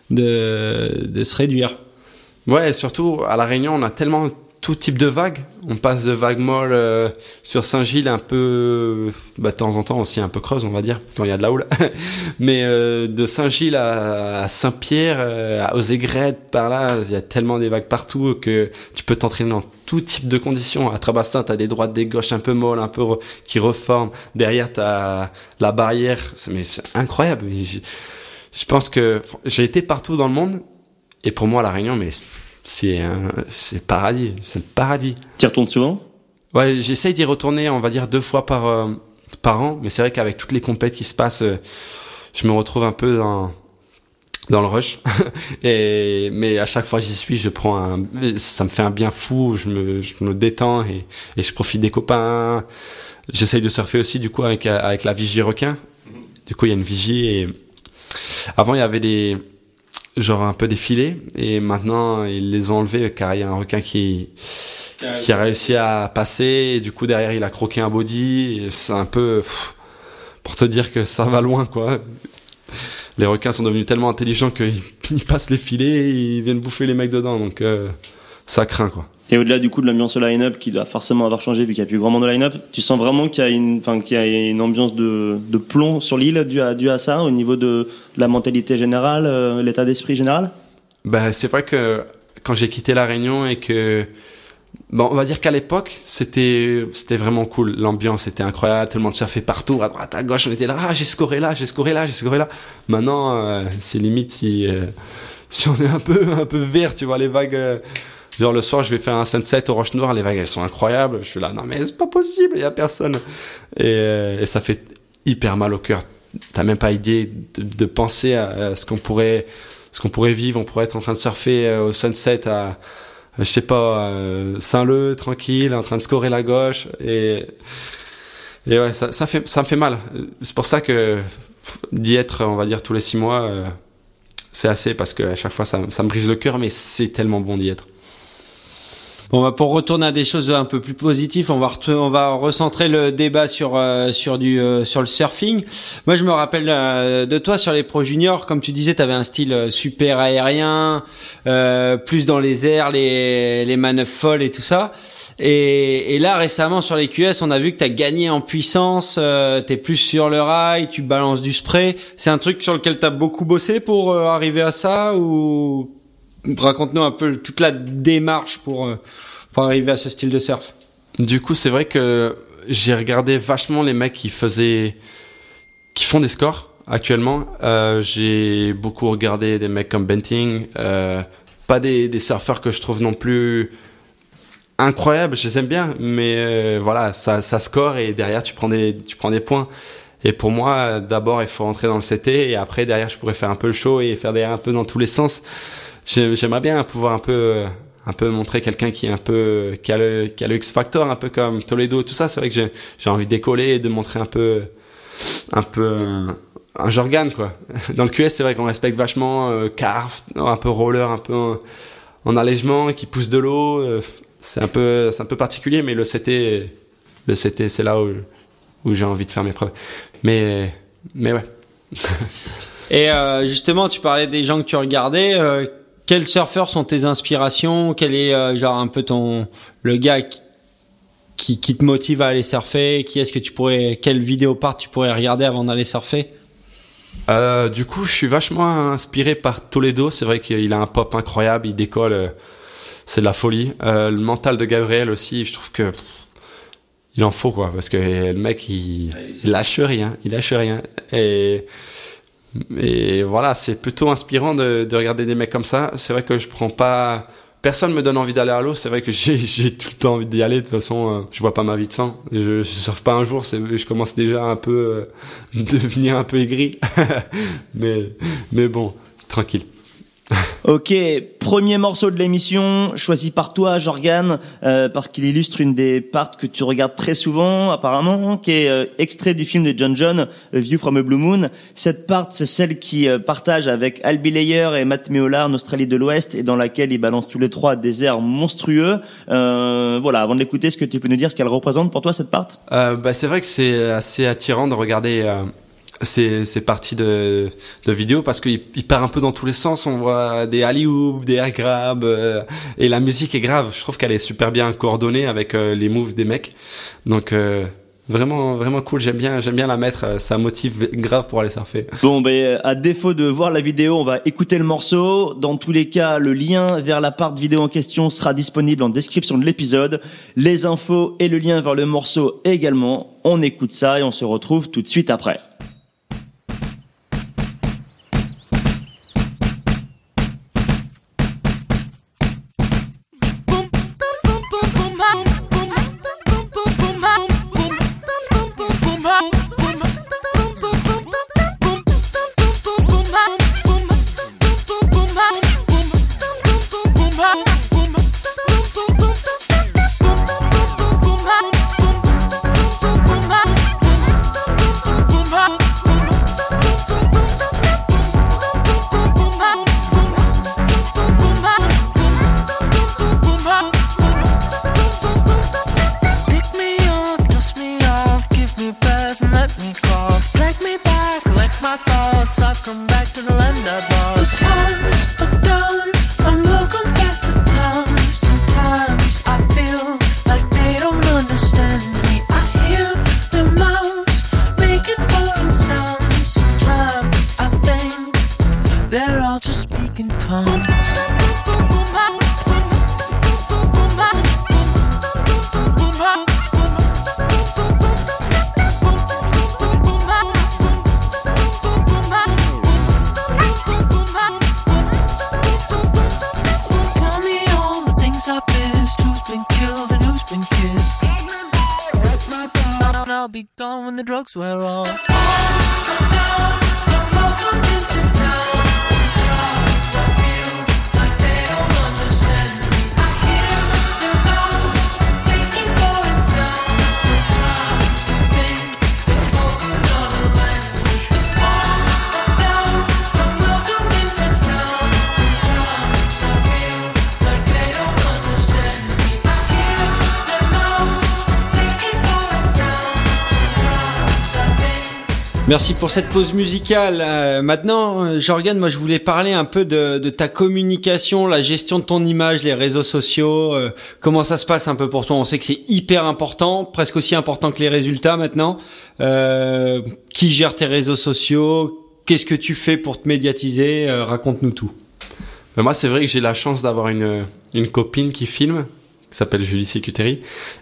se réduire. Ouais, et surtout à la Réunion, on a tellement tout type de vagues. On passe de vagues molles sur Saint-Gilles, un peu, de temps en temps aussi un peu creuse, on va dire, quand il y a de la houle. Mais de Saint-Gilles à Saint-Pierre, aux Aigrettes, par là, il y a tellement des vagues partout que tu peux t'entraîner dans tout type de conditions. À Trabassin, t'as des droites, des gauches un peu molles, un peu qui reforment. Derrière, t'as la barrière. Mais c'est incroyable. Je pense que j'ai été partout dans le monde, et pour moi, la Réunion, mais c'est paradis, c'est le paradis. Tu y retournes souvent? Ouais, j'essaye d'y retourner, on va dire 2 fois par an, mais c'est vrai qu'avec toutes les compètes qui se passent, je me retrouve un peu dans le rush. Mais à chaque fois j'y suis, ça me fait un bien fou, je me détends et je profite des copains. J'essaye de surfer aussi du coup avec la vigie requin. Du coup, il y a une vigie et avant il y avait un peu des filets, et maintenant ils les ont enlevés car il y a un requin qui a réussi à passer, et du coup derrière il a croqué un body, et c'est un peu pour te dire que ça va loin, quoi. Les requins sont devenus tellement intelligents qu'ils passent les filets et ils viennent bouffer les mecs dedans, donc ça craint, quoi. Et au-delà du coup de l'ambiance au line-up qui doit forcément avoir changé vu qu'il n'y a plus grand monde au line-up, tu sens vraiment qu'il y a une ambiance de plomb sur l'île due à ça, au niveau de la mentalité générale, l'état d'esprit général? C'est vrai que quand j'ai quitté la Réunion et que on va dire qu'à l'époque c'était vraiment cool, l'ambiance était incroyable, tout le monde surfait partout, à droite à gauche, on était là, j'ai scoré là. Maintenant c'est limite si on est un peu vert, tu vois, les vagues. Genre le soir, je vais faire un sunset aux Roches Noires, les vagues elles sont incroyables. Je suis là, non mais c'est pas possible, il y a personne. Et ça fait hyper mal au cœur. T'as même pas idée de penser à ce qu'on pourrait vivre. On pourrait être en train de surfer au sunset à je sais pas, Saint-Leu, tranquille, en train de scorer la gauche. Et Et ouais, ça me fait mal. C'est pour ça que d'y être, on va dire, tous les 6 mois, c'est assez, parce que à chaque fois, ça me brise le cœur, mais c'est tellement bon d'y être. Bon, bah, pour retourner à des choses un peu plus positives, on va recentrer le débat sur le surfing. Moi, je me rappelle de toi sur les Pro Juniors, comme tu disais, tu avais un style super aérien, plus dans les airs, les manœuvres folles et tout ça. Et là, récemment, sur les QS, on a vu que t'as gagné en puissance, t'es plus sur le rail, tu balances du spray. C'est un truc sur lequel t'as beaucoup bossé pour arriver à ça, ou raconte-nous un peu toute la démarche pour arriver à ce style de surf. Du coup, c'est vrai que j'ai regardé vachement les mecs qui font des scores actuellement. J'ai beaucoup regardé des mecs comme Benting, pas des surfeurs que je trouve non plus incroyables, je les aime bien, mais voilà, ça score et derrière tu prends des points. Et pour moi, d'abord il faut rentrer dans le CT, et après derrière je pourrais faire un peu le show et faire derrière un peu dans tous les sens. J'aimerais bien pouvoir un peu montrer quelqu'un qui a le X Factor, un peu comme Toledo, tout ça. C'est vrai que j'ai envie de décoller et de montrer un peu un Jorgan, quoi. Dans le QS, c'est vrai qu'on respecte vachement carve, un peu roller, un peu en allègement, qui pousse de l'eau. C'est un peu particulier, mais le CT, c'est là où j'ai envie de faire mes preuves. Mais ouais. Et justement, tu parlais des gens que tu regardais. Quels surfeurs sont tes inspirations? Quel est genre un peu le gars qui te motive à aller surfer? Quelle vidéopart tu pourrais regarder avant d'aller surfer? Du coup, je suis vachement inspiré par Toledo. C'est vrai qu'il a un pop incroyable, il décolle, c'est de la folie. Le mental de Gabriel aussi, je trouve que il en faut, quoi, parce que le mec il lâche rien, et voilà, c'est plutôt inspirant de regarder des mecs comme ça. C'est vrai que personne me donne envie d'aller à l'eau. C'est vrai que j'ai tout le temps envie d'y aller. De toute façon, je vois pas ma vie de sans. Je surfe pas un jour, je commence déjà un peu devenir un peu aigri. mais bon, tranquille. Ok, premier morceau de l'émission, choisi par toi, Jorgan, parce qu'il illustre une des parts que tu regardes très souvent, apparemment, qui est extrait du film de John, A View from a Blue Moon. Cette part, c'est celle qui partage avec Albi Layer et Matt Meola en Australie de l'Ouest, et dans laquelle ils balancent tous les trois des airs monstrueux. Voilà, avant de l'écouter, est-ce que tu peux nous dire ce qu'elle représente pour toi, cette part? C'est vrai que c'est assez attirant de regarder ces parties de vidéos, parce qu'il part un peu dans tous les sens. On voit des alley-oops, des air grabs, et la musique est grave. Je trouve qu'elle est super bien coordonnée avec les moves des mecs. Donc vraiment vraiment cool. J'aime bien la mettre. Ça motive grave pour aller surfer. Bon, à défaut de voir la vidéo, on va écouter le morceau. Dans tous les cas, le lien vers la part vidéo en question sera disponible en description de l'épisode. Les infos et le lien vers le morceau également. On écoute ça et on se retrouve tout de suite après. Merci pour cette pause musicale. Maintenant, Jorgen, moi je voulais parler un peu de ta communication, la gestion de ton image, les réseaux sociaux. Comment ça se passe un peu pour toi? On sait que c'est hyper important, presque aussi important que les résultats maintenant. Qui gère tes réseaux sociaux? Qu'est-ce que tu fais pour te médiatiser? Raconte-nous tout. Moi, c'est vrai que j'ai la chance d'avoir une copine qui filme, qui s'appelle Julie Sécuteri.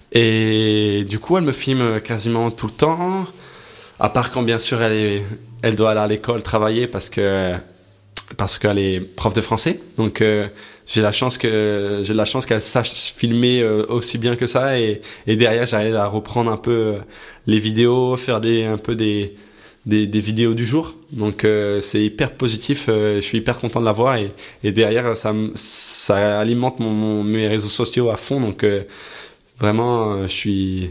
Et du coup, elle me filme quasiment tout le temps. À part quand bien sûr elle doit aller à l'école travailler parce qu'elle est prof de français. Donc j'ai la chance qu'elle sache filmer aussi bien que ça et derrière j'arrive à reprendre un peu les vidéos, faire des vidéos du jour. Donc c'est hyper positif, je suis hyper content de la voir et derrière ça alimente mes réseaux sociaux à fond. Donc vraiment je suis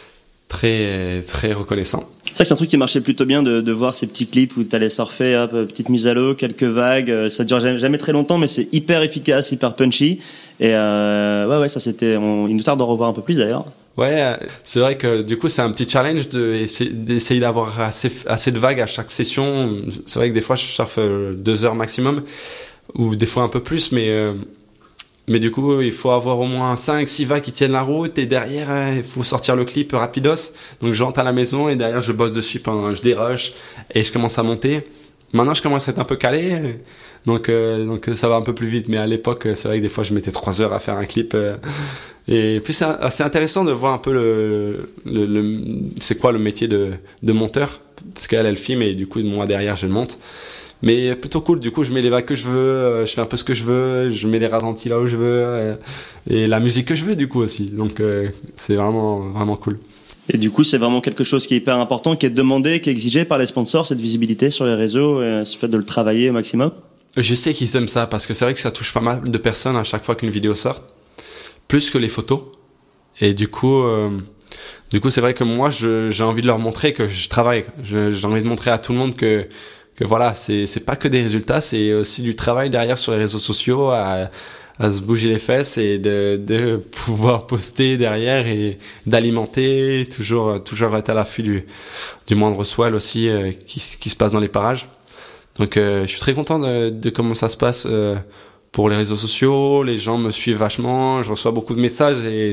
très très reconnaissant. C'est vrai que c'est un truc qui marchait plutôt bien de voir ces petits clips où t'allais surfer, hop, petite mise à l'eau, quelques vagues, ça dure jamais très longtemps mais c'est hyper efficace, hyper punchy et ouais ça c'était, il nous tarde d'en revoir un peu plus d'ailleurs. Ouais, c'est vrai que du coup c'est un petit challenge d'essayer d'avoir assez de vagues à chaque session. C'est vrai que des fois je surfe 2 heures maximum ou des fois un peu plus mais du coup, il faut avoir au moins 5-6 vagues qui tiennent la route et derrière, il faut sortir le clip rapidos. Donc, je rentre à la maison et derrière, je bosse dessus pendant, je dérush et je commence à monter. Maintenant, je commence à être un peu calé. Donc ça va un peu plus vite. Mais à l'époque, c'est vrai que des fois, je mettais 3 heures à faire un clip. Et puis, c'est assez intéressant de voir un peu c'est quoi le métier de monteur. Parce qu'elle, elle filme et du coup, moi, derrière, je monte. Mais plutôt cool, du coup je mets les vagues que je veux, je fais un peu ce que je veux, je mets les ralentis là où je veux et la musique que je veux du coup aussi. Donc c'est vraiment vraiment cool. Et du coup c'est vraiment quelque chose qui est hyper important, qui est demandé, qui est exigé par les sponsors, cette visibilité sur les réseaux, ce fait de le travailler au maximum. Je sais qu'ils aiment ça parce que c'est vrai que ça touche pas mal de personnes à chaque fois qu'une vidéo sort, plus que les photos. Et du coup c'est vrai que moi j'ai envie de leur montrer que je travaille. J'ai envie de montrer à tout le monde que voilà, c'est pas que des résultats, c'est aussi du travail derrière sur les réseaux sociaux à se bouger les fesses et de pouvoir poster derrière et d'alimenter, toujours être à l'affût du moindre swell aussi qui se passe dans les parages. Donc je suis très content de comment ça se passe pour les réseaux sociaux, les gens me suivent vachement, je reçois beaucoup de messages et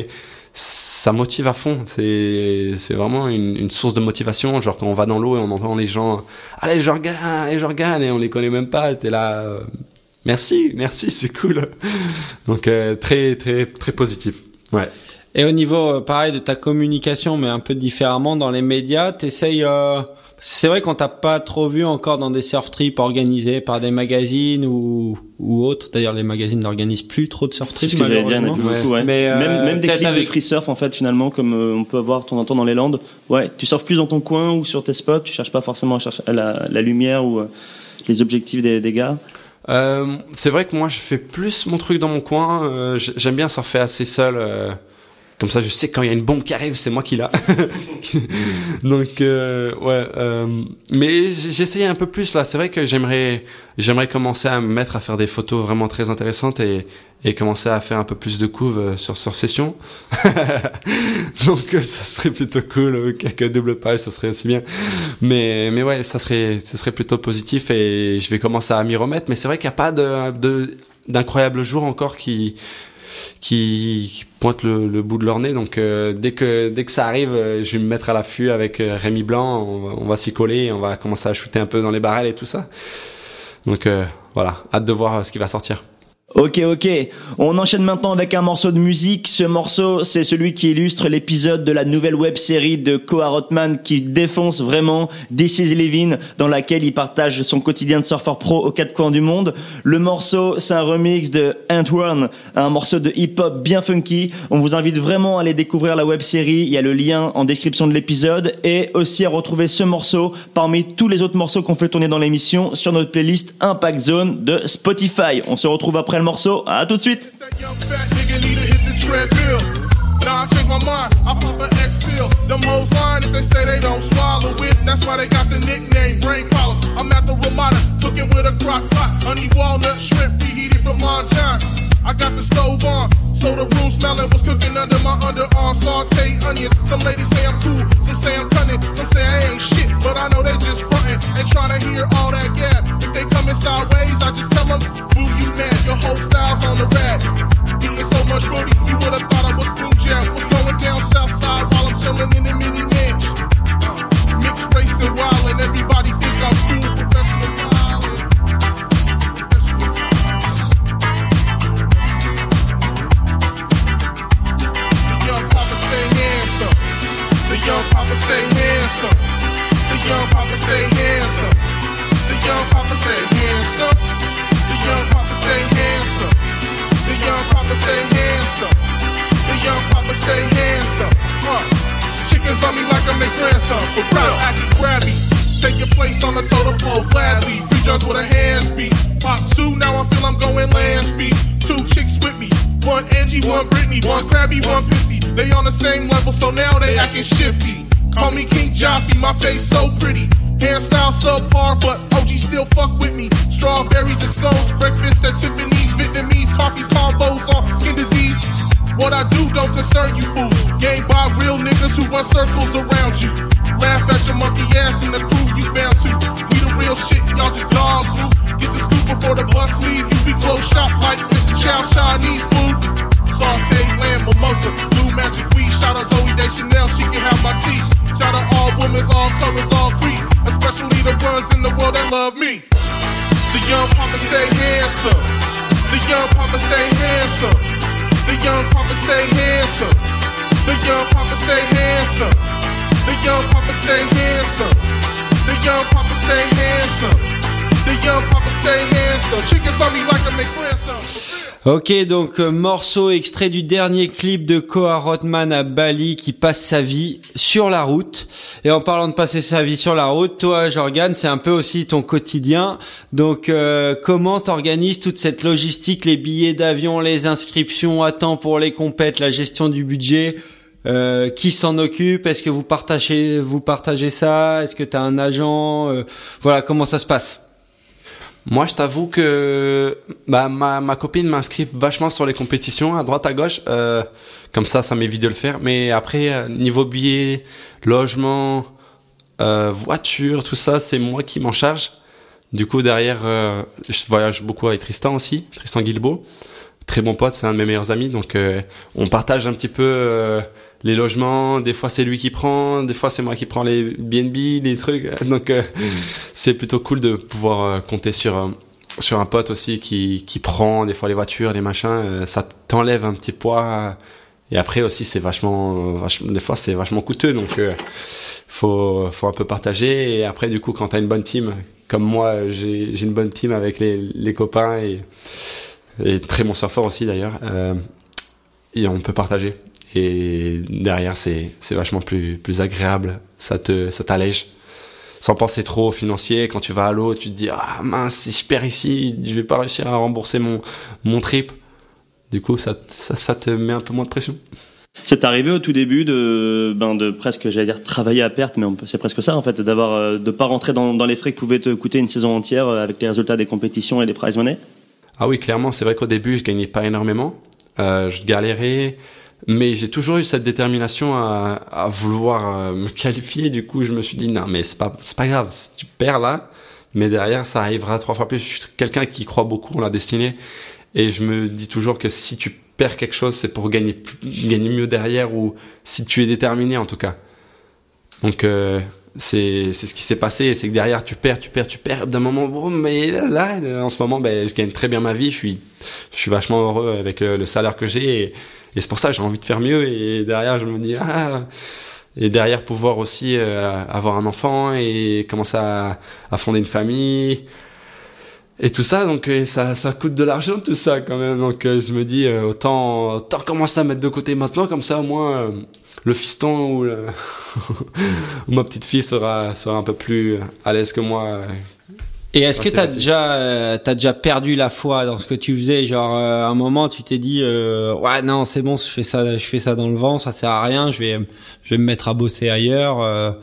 ça motive à fond, c'est vraiment une source de motivation, genre quand on va dans l'eau et on entend les gens allez Jorgen et on les connaît même pas, t'es là merci c'est cool. Donc très très très positif. Ouais. Et au niveau pareil de ta communication mais un peu différemment dans les médias, t'essayes c'est vrai qu'on t'a pas trop vu encore dans des surf trips organisés par des magazines ou autres. D'ailleurs, les magazines n'organisent plus trop de surf trips. C'est ce que j'allais dire, il y en a plus beaucoup, ouais. Mais même des clips avec... de free surf, en fait, finalement, comme on peut avoir de temps en temps dans les Landes. Ouais, tu surfes plus dans ton coin ou sur tes spots, tu cherches pas forcément à chercher la lumière ou les objectifs des gars. C'est vrai que moi, je fais plus mon truc dans mon coin. J'aime bien surfer assez seul. Comme ça, je sais que quand il y a une bombe qui arrive, c'est moi qui l'a. Donc, mais j'essayais un peu plus là. C'est vrai que j'aimerais commencer à me mettre à faire des photos vraiment très intéressantes et commencer à faire un peu plus de couves sur session. Donc, ça serait plutôt cool. Quelques doubles pages, ça serait aussi bien. Mais ouais, ça serait plutôt positif et je vais commencer à m'y remettre. Mais c'est vrai qu'il n'y a pas d'incroyables jours encore qui pointent le bout de leur nez. Donc dès que ça arrive, je vais me mettre à l'affût avec Rémi Blanc, on va s'y coller et on va commencer à shooter un peu dans les barrels et tout ça. Donc voilà, hâte de voir ce qui va sortir. Ok, on enchaîne maintenant avec un morceau de musique. Ce morceau, c'est celui qui illustre l'épisode de la nouvelle web-série de Koa Rothman qui défonce vraiment This Is Living, dans laquelle il partage son quotidien de surfeur pro aux 4 coins du monde. Le morceau, c'est un remix de Antworn, un morceau de hip-hop bien funky. On vous invite vraiment à aller découvrir la web-série. Il y a le lien en description de l'épisode et aussi à retrouver ce morceau parmi tous les autres morceaux qu'on fait tourner dans l'émission sur notre playlist Impact Zone de Spotify. On se retrouve après le morceau, à tout de suite. Nah, I change my mind, I pop an X pill. Them hoes lying if they say they don't swallow it. That's why they got the nickname Brain Problems. I'm at the Ramada, cooking with a crock pot. Honey walnut, shrimp, reheated from Long John. I got the stove on, so So the room smelling was cooking under my underarm, sauteed onions. Some ladies say I'm cool, some say I'm cunning, some say I ain't shit, but I know they just frontin' and trying to hear all that gab. If they coming sideways, I just tell them, boo, you mad, your whole style's on the rag. Eating so much booty, you would've thought I was Blue Jam. What's going down south side while I'm chillin' in the mini mansion? Mixed race and wild, and everybody think I'm cool, professional violin. The young papa stay handsome. The young papa stay handsome. The young papa stay handsome. The young papa stay handsome. The young papa stay handsome. The young papa stay handsome. The young papa stay handsome. Chickens love me like I'm their grandson. For real, acting grabby. Take your place on the totem pole gladly. Free drugs with a hand speed. Pop 2, now I feel I'm going land speed. 2 chicks with me. One Angie, one Britney, one Krabby, one Pissy. They on the same level, so now they acting shifty. Call me King Joffy, my face so pretty. Hairstyle subpar, but OG still fuck with me. Strawberries and scones, breakfast at Tiffany's, Vietnamese, coffees, combos on skin disease. What I do don't concern you fools. Game by real niggas who run circles around you. Laugh at your monkey ass and the crew you bound to. We the real shit, y'all just dogs who get the scoop before the bus leave. You be close shop like Mr. Chow Chinese food. Sauteed lamb, mimosa, blue magic weed. Shout out Zoe Deschanel, she can have my seat. Shout out all women, all colors, all creeds. Especially the ones in the world that love me. The young papa stay handsome. The young papa stay handsome. The young papa stay handsome. The young papa stay handsome. The young papa stay handsome. The young papa stay handsome. The young papa stay handsome. Chickens love me like I'm their grandson. Ok, donc morceau extrait du dernier clip de Koa Rothman à Bali qui passe sa vie sur la route. Et en parlant de passer sa vie sur la route, toi, Jorgan, c'est un peu aussi ton quotidien. Donc comment t'organises toute cette logistique, les billets d'avion, les inscriptions à temps pour les compètes, la gestion du budget, qui s'en occupe? Est-ce que vous partagez ça? Est-ce que t'as un agent? Voilà, comment ça se passe? Moi, je t'avoue que ma copine m'inscrit vachement sur les compétitions à droite à gauche, comme ça m'évite de le faire. Mais après, niveau billets, logement, voiture, tout ça, c'est moi qui m'en charge. Du coup, derrière, je voyage beaucoup avec Tristan aussi, Tristan Guilbeault, très bon pote, c'est un de mes meilleurs amis. Donc, on partage un petit peu les logements. Des fois, c'est lui qui prend, des fois, c'est moi qui prends les B&B, les trucs. Donc, c'est plutôt cool de pouvoir compter sur un pote aussi qui prend des fois les voitures, les machins. Ça t'enlève un petit poids. Et après aussi, c'est vachement des fois, c'est vachement coûteux. Donc, faut un peu partager. Et après, du coup, quand t'as une bonne team, comme moi, j'ai une bonne team avec les copains et très bon surfeur aussi d'ailleurs. Et on peut partager. Et derrière, c'est vachement plus agréable. Ça t'allège. Sans penser trop au financier. Quand tu vas à l'eau, tu te dis, ah mince, si je perds ici, je vais pas réussir à rembourser mon trip. Du coup, ça te met un peu moins de pression. C'est arrivé au tout début de presque, j'allais dire, travailler à perte, mais c'est presque ça, en fait, de pas rentrer dans les frais que pouvait te coûter une saison entière avec les résultats des compétitions et des prize money? Ah oui, clairement, c'est vrai qu'au début, je gagnais pas énormément. Je galérais. Mais j'ai toujours eu cette détermination à vouloir me qualifier. Du coup, je me suis dit, non, mais c'est pas grave. Si tu perds là, mais derrière, ça arrivera 3 fois plus. Je suis quelqu'un qui croit beaucoup en la destinée. Et je me dis toujours que si tu perds quelque chose, c'est pour gagner mieux derrière, ou si tu es déterminé, en tout cas. Donc, c'est ce qui s'est passé. C'est que derrière, tu perds. D'un moment, bon, mais là, en ce moment, je gagne très bien ma vie. Je suis vachement heureux avec le salaire que j'ai. Et c'est pour ça que j'ai envie de faire mieux. Et derrière, je me dis, et derrière, pouvoir aussi avoir un enfant et commencer à fonder une famille et tout ça. Donc, ça coûte de l'argent, tout ça, quand même. Donc, je me dis, autant commencer à mettre de côté maintenant. Comme ça, au moins, le fiston ou ma petite fille sera un peu plus à l'aise que moi. Et est-ce que t'as déjà perdu la foi dans ce que tu faisais? Genre, à un moment, tu t'es dit, ouais, non, c'est bon, je fais ça dans le vent, ça sert à rien, je vais me mettre à bosser ailleurs.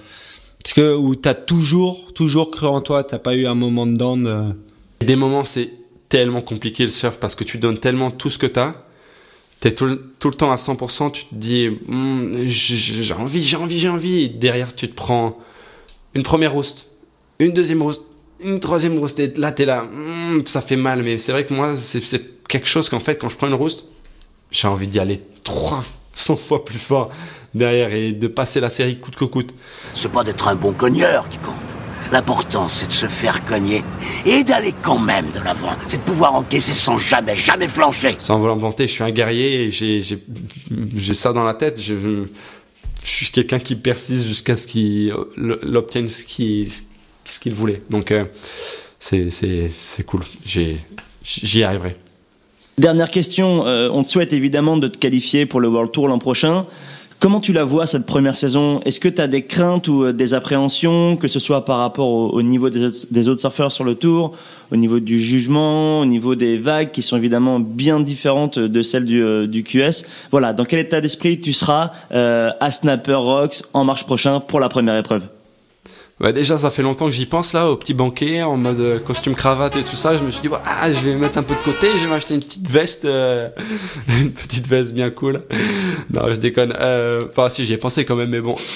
Ou t'as toujours cru en toi, t'as pas eu un moment de down? Des moments, c'est tellement compliqué le surf parce que tu donnes tellement tout ce que t'as. t'es tout le temps à 100%, tu te dis, j'ai envie. Et derrière, tu te prends une première rouste, une deuxième rouste, une troisième rouste, et là, t'es là, ça fait mal. Mais c'est vrai que moi, c'est quelque chose qu'en fait, quand je prends une rouste, j'ai envie d'y aller 300 fois plus fort derrière et de passer la série coûte que coûte. C'est pas d'être un bon cogneur qui compte. L'important, c'est de se faire cogner et d'aller quand même de l'avant. C'est de pouvoir encaisser sans jamais flancher. Sans vouloir me vanter, je suis un guerrier et j'ai ça dans la tête. Je suis quelqu'un qui persiste jusqu'à ce qu'il obtienne ce qu'il voulait. Donc, c'est cool. J'y arriverai. Dernière question, on te souhaite évidemment de te qualifier pour le World Tour l'an prochain. Comment tu la vois cette première saison ? Est-ce que tu as des craintes ou des appréhensions, que ce soit par rapport au niveau des autres surfeurs sur le tour, au niveau du jugement, au niveau des vagues qui sont évidemment bien différentes de celles du QS ? Voilà, dans quel état d'esprit tu seras à Snapper Rocks en mars prochain pour la première épreuve ? Bah déjà, ça fait longtemps que j'y pense là, au petit banquet, en mode costume cravate et tout ça. Je me suis dit, je vais me mettre un peu de côté, je vais m'acheter une petite veste, bien cool. Non, je déconne. Enfin, si, j'y ai pensé quand même, mais bon.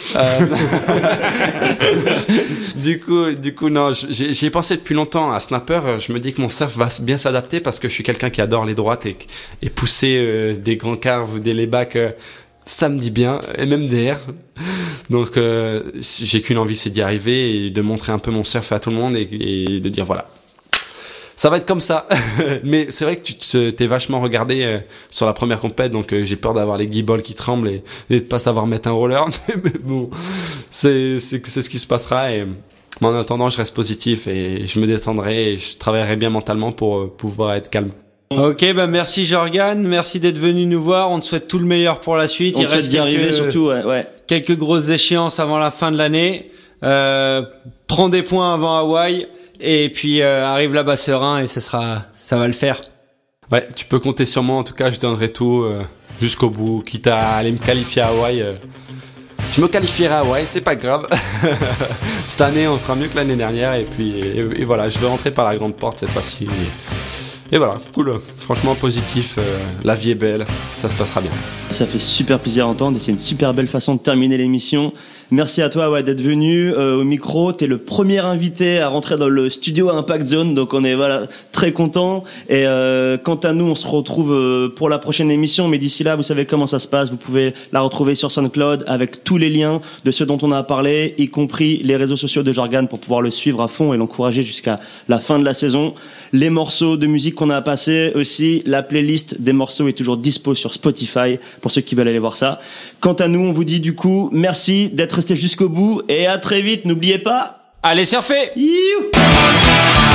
Du coup, non, j'y ai pensé depuis longtemps. À Snapper, je me dis que mon surf va bien s'adapter parce que je suis quelqu'un qui adore les droites et pousser des grands carves ou des laybacks. Ça me dit bien, et même des airs. Donc j'ai qu'une envie, c'est d'y arriver et de montrer un peu mon surf à tout le monde et de dire voilà, ça va être comme ça. Mais c'est vrai que tu t'es vachement regardé sur la première compète, donc j'ai peur d'avoir les guibolles qui tremblent et de pas savoir mettre un roller. Mais bon, c'est ce qui se passera. Mais en attendant, je reste positif et je me détendrai et je travaillerai bien mentalement pour pouvoir être calme. Ok, merci Jorgan, merci d'être venu nous voir. On te souhaite tout le meilleur pour la suite. Il reste d'y arriver surtout, ouais. Quelques grosses échéances avant la fin de l'année. Prends des points avant Hawaï et puis arrive là-bas serein et ça va le faire. Ouais, tu peux compter sur moi. En tout cas, je donnerai tout jusqu'au bout, quitte à aller me qualifier à Hawaï. Je me qualifierai à Hawaï, c'est pas grave. Cette année, on fera mieux que l'année dernière et puis et voilà, je vais rentrer par la grande porte cette fois-ci. Et voilà, cool, franchement positif, la vie est belle, ça se passera bien. Ça fait super plaisir à entendre et c'est une super belle façon de terminer l'émission. Merci à toi d'être venu au micro, t'es le premier invité à rentrer dans le studio Impact Zone, donc on est très content. Et quant à nous, on se retrouve pour la prochaine émission, mais d'ici là, vous savez comment ça se passe, vous pouvez la retrouver sur SoundCloud avec tous les liens de ce dont on a parlé, y compris les réseaux sociaux de Jorgan pour pouvoir le suivre à fond et l'encourager jusqu'à la fin de la saison. Les morceaux de musique qu'on a passés aussi, la playlist des morceaux est toujours dispo sur Spotify pour ceux qui veulent aller voir ça. Quant à nous, on vous dit du coup merci d'être resté jusqu'au bout et à très vite. N'oubliez pas, allez surfer. Youhou.